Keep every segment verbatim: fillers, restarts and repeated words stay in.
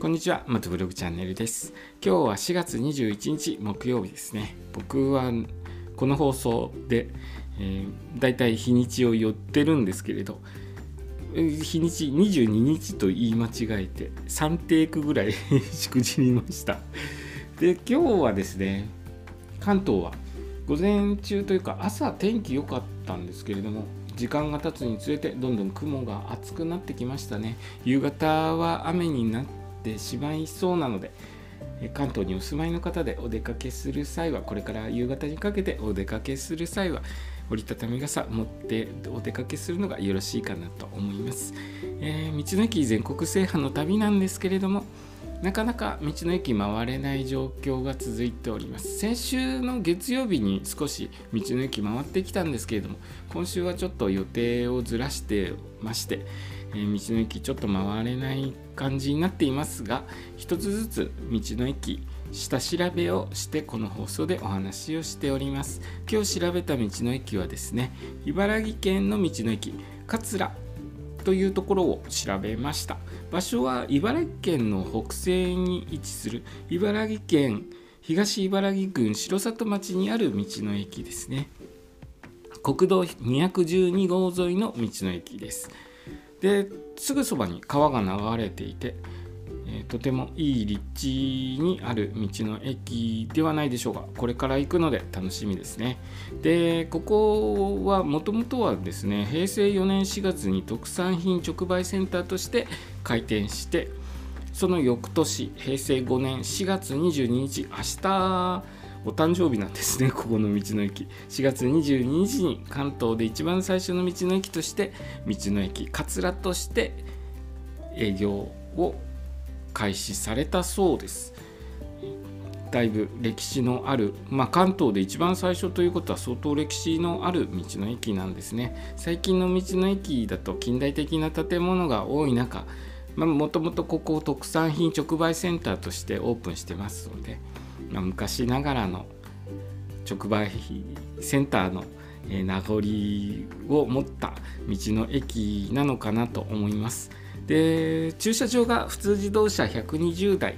こんにちは、まとブログチャンネルです。今日はしがつにじゅういちにち木曜日ですね。僕はこの放送で、えー、だいたい日にちを寄ってるんですけれど、日にちにじゅうににちと言い間違えてさんテイクぐらいしくじりました。で、今日はですね、関東は午前中というか朝天気良かったんですけれども、時間が経つにつれてどんどん雲が厚くなってきましたね。夕方は雨になってしまいそうなので、関東にお住まいの方でお出かけする際は、これから夕方にかけてお出かけする際は折りたたみ傘持ってお出かけするのがよろしいかなと思います。えー、道の駅全国制覇の旅なんですけれども、なかなか道の駅回れない状況が続いております。先週の月曜日に少し道の駅回ってきたんですけれども、今週はちょっと予定をずらしてまして、えー、道の駅ちょっと回れない感じになっていますが、一つずつ道の駅下調べをしてこの放送でお話をしております。今日調べた道の駅はですね、茨城県の道の駅桂というところを調べました。場所は茨城県の北西に位置する茨城県東茨城郡城里町にある道の駅ですね。国道にひゃくじゅうにごう沿いの道の駅です。で、すぐそばに川が流れていて、えー、とてもいい立地にある道の駅ではないでしょうか。これから行くので楽しみですね。で、ここはもともとはですね、へいせいよねんしがつに特産品直売センターとして開店して、その翌年へいせいごねんしがつにじゅうににち、明日お誕生日なんですね。ここの道の駅しがつにじゅうににちに関東で一番最初の道の駅として道の駅桂として営業を開始されたそうです。だいぶ歴史のある、まあ、関東で一番最初ということは相当歴史のある道の駅なんですね。最近の道の駅だと近代的な建物が多い中、もともとここを特産品直売センターとしてオープンしてますので、まあ、昔ながらの直売センターの名残を持った道の駅なのかなと思います。で、駐車場が普通自動車ひゃくにじゅうだい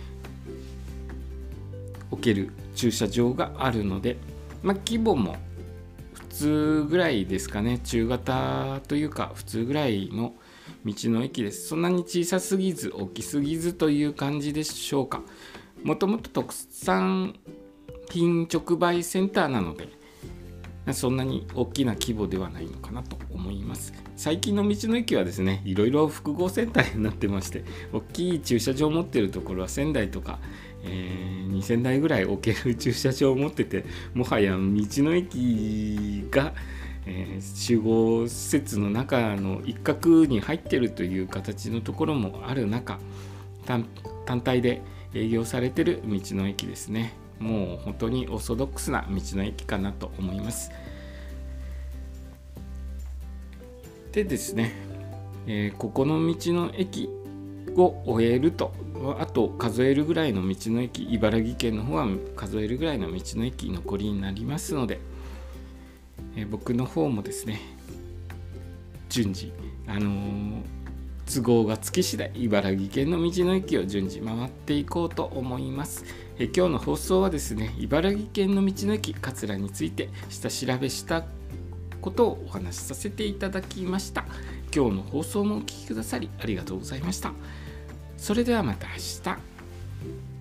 置ける駐車場があるので、まあ、規模も普通ぐらいですかね。中型というか普通ぐらいの道の駅です。そんなに小さすぎず大きすぎずという感じでしょうか。もともと特産品直売センターなので、そんなに大きな規模ではないのかなと思います。最近の道の駅はですね、いろいろ複合センターになってまして、大きい駐車場を持っているところはせんだいとか、えー、にせんだいぐらい置ける駐車場を持ってて、もはや道の駅が、えー、集合施設の中の一角に入っているという形のところもある中、単, 単体で営業されている道の駅ですね。もう本当にオーソドックスな道の駅かなと思います。でですね、えー、ここの道の駅を終えると、あと数えるぐらいの道の駅、茨城県の方は数えるぐらいの道の駅残りになりますので、えー、僕の方もですね、順次、あのー、都合がつき次第茨城県の道の駅を順次回っていこうと思います。え今日の放送はですね、茨城県の道の駅桂について下調べしたことをお話しさせていただきました。今日の放送もお聞きくださりありがとうございました。それではまた明日。